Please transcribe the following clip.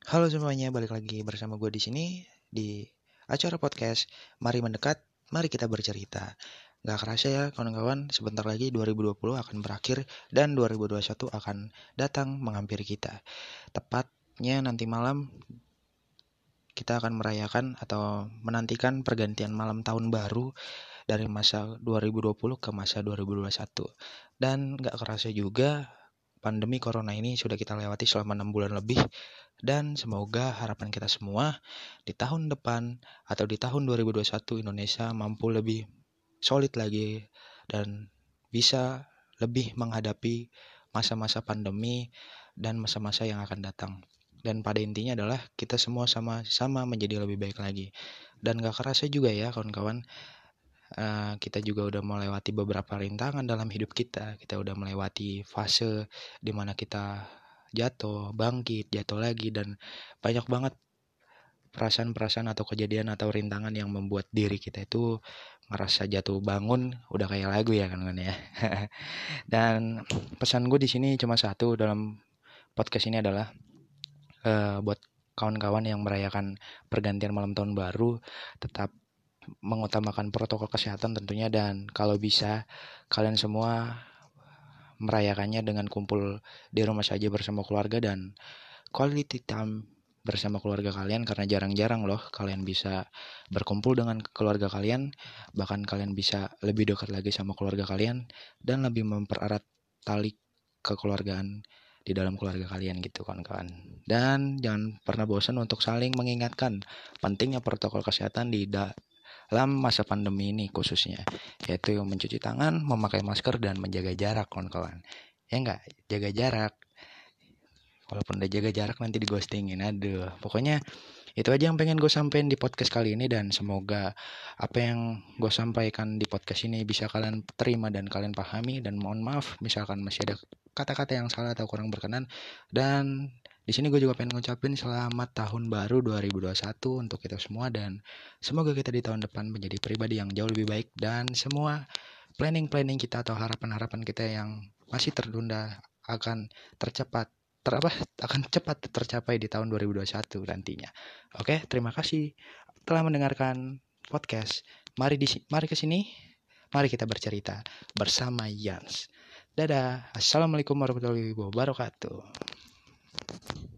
Halo semuanya, balik lagi bersama gue di sini di acara podcast Mari Mendekat, Mari Kita Bercerita. Gak kerasa ya kawan-kawan, sebentar lagi 2020 akan berakhir dan 2021 akan datang menghampiri kita. Tepatnya nanti malam kita akan merayakan atau menantikan pergantian malam tahun baru dari masa 2020 ke masa 2021. Dan gak kerasa juga pandemi corona ini sudah kita lewati selama 6 bulan lebih. Dan semoga harapan kita semua di tahun depan atau di tahun 2021 Indonesia mampu lebih solid lagi dan bisa lebih menghadapi masa-masa pandemi dan masa-masa yang akan datang. Dan pada intinya adalah kita semua sama-sama menjadi lebih baik lagi. Dan gak kerasa juga ya kawan-kawan, kita juga udah melewati beberapa rintangan dalam hidup kita. Kita udah melewati fase dimana kita jatuh, bangkit, jatuh lagi, dan banyak banget perasaan-perasaan atau kejadian atau rintangan yang membuat diri kita itu ngerasa jatuh bangun, udah kayak lagu ya kan ya. Dan pesan gue di sini cuma satu dalam podcast ini adalah buat kawan-kawan yang merayakan pergantian malam tahun baru, tetap mengutamakan protokol kesehatan tentunya, dan kalau bisa kalian semua merayakannya dengan kumpul di rumah saja bersama keluarga dan quality time bersama keluarga kalian, karena jarang-jarang loh kalian bisa berkumpul dengan keluarga kalian, bahkan kalian bisa lebih dekat lagi sama keluarga kalian dan lebih mempererat tali kekeluargaan di dalam keluarga kalian gitu kawan-kawan. Dan jangan pernah bosan untuk saling mengingatkan pentingnya protokol kesehatan di dalam masa pandemi ini khususnya, yaitu mencuci tangan, memakai masker, dan menjaga jarak kawan-kawan. Ya enggak, jaga jarak. Walaupun udah jaga jarak nanti di ghostingin. Aduh, pokoknya itu aja yang pengen gue sampaikan di podcast kali ini, dan semoga apa yang gue sampaikan di podcast ini bisa kalian terima dan kalian pahami, dan mohon maaf misalkan masih ada kata-kata yang salah atau kurang berkenan. Dan di sini gue juga pengen ngucapin selamat tahun baru 2021 untuk kita semua, dan semoga kita di tahun depan menjadi pribadi yang jauh lebih baik, dan semua planning-planning kita atau harapan-harapan kita yang masih tertunda akan akan cepat tercapai di tahun 2021 nantinya. Oke, terima kasih telah mendengarkan podcast. Mari ke sini, mari kita bercerita bersama Yans. Dadah. Assalamualaikum warahmatullahi wabarakatuh.